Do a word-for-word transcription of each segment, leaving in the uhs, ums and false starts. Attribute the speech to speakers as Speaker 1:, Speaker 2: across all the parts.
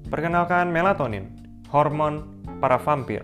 Speaker 1: Perkenalkan melatonin, hormon para vampir.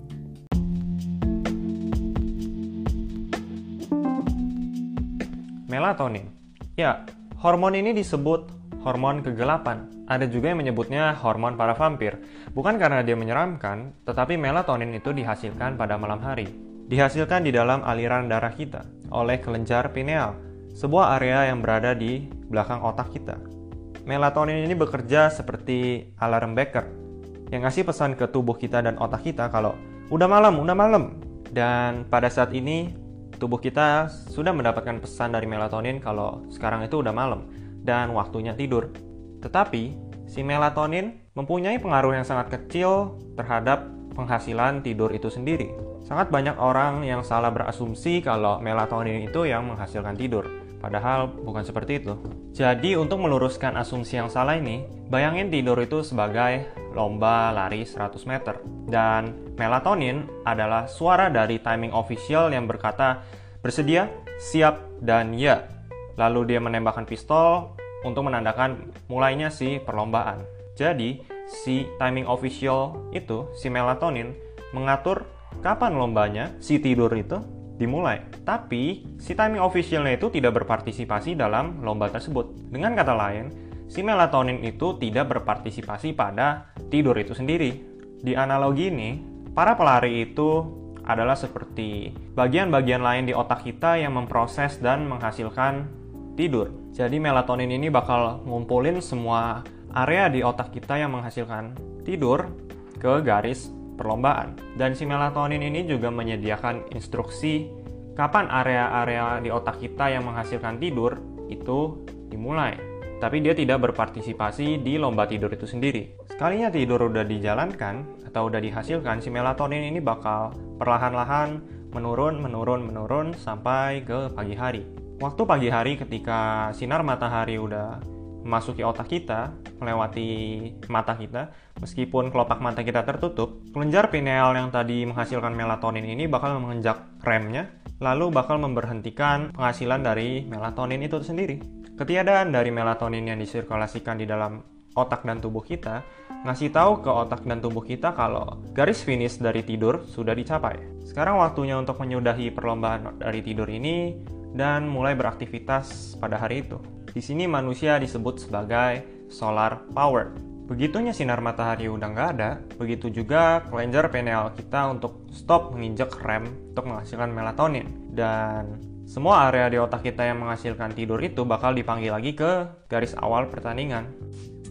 Speaker 1: Melatonin. Ya, hormon ini disebut hormon kegelapan. Ada juga yang menyebutnya hormon para vampir. Bukan karena dia menyeramkan, tetapi melatonin itu dihasilkan pada malam hari. Dihasilkan di dalam aliran darah kita oleh kelenjar pineal, sebuah area yang berada di belakang otak kita. Melatonin ini bekerja seperti alarm becker yang ngasih pesan ke tubuh kita dan otak kita kalau udah malam, udah malam. Dan pada saat ini tubuh kita sudah mendapatkan pesan dari melatonin kalau sekarang itu udah malam dan waktunya tidur. Tetapi si melatonin mempunyai pengaruh yang sangat kecil terhadap penghasilan tidur itu sendiri. Sangat banyak orang yang salah berasumsi kalau melatonin itu yang menghasilkan tidur. Padahal bukan seperti itu. Jadi untuk meluruskan asumsi yang salah ini, bayangin tidur itu sebagai lomba lari seratus meter. Dan melatonin adalah suara dari timing official yang berkata bersedia, siap, dan ya. Lalu dia menembakkan pistol untuk menandakan mulainya si perlombaan. Jadi si timing official itu, si melatonin, mengatur kapan lombanya, si tidur itu, dimulai. Tapi, si timing officialnya itu tidak berpartisipasi dalam lomba tersebut. Dengan kata lain, si melatonin itu tidak berpartisipasi pada tidur itu sendiri. Di analogi ini, para pelari itu adalah seperti bagian-bagian lain di otak kita yang memproses dan menghasilkan tidur. Jadi melatonin ini bakal ngumpulin semua area di otak kita yang menghasilkan tidur ke garis perlombaan. Dan si melatonin ini juga menyediakan instruksi kapan area-area di otak kita yang menghasilkan tidur itu dimulai. Tapi dia tidak berpartisipasi di lomba tidur itu sendiri. Sekalinya tidur udah dijalankan atau udah dihasilkan, si melatonin ini bakal perlahan-lahan menurun, menurun, menurun sampai ke pagi hari. Waktu pagi hari ketika sinar matahari udah memasuki otak kita, melewati mata kita, meskipun kelopak mata kita tertutup, kelenjar pineal yang tadi menghasilkan melatonin ini bakal menginjak remnya, lalu bakal memberhentikan penghasilan dari melatonin itu sendiri. Ketiadaan dari melatonin yang disirkulasikan di dalam otak dan tubuh kita, ngasih tahu ke otak dan tubuh kita kalau garis finish dari tidur sudah dicapai. Sekarang waktunya untuk menyudahi perlombaan dari tidur ini dan mulai beraktivitas pada hari itu. Di sini manusia disebut sebagai solar power. Begitunya sinar matahari udah nggak ada, begitu juga kelenjar pineal kita untuk stop menginjak rem untuk menghasilkan melatonin. Dan semua area di otak kita yang menghasilkan tidur itu bakal dipanggil lagi ke garis awal pertandingan.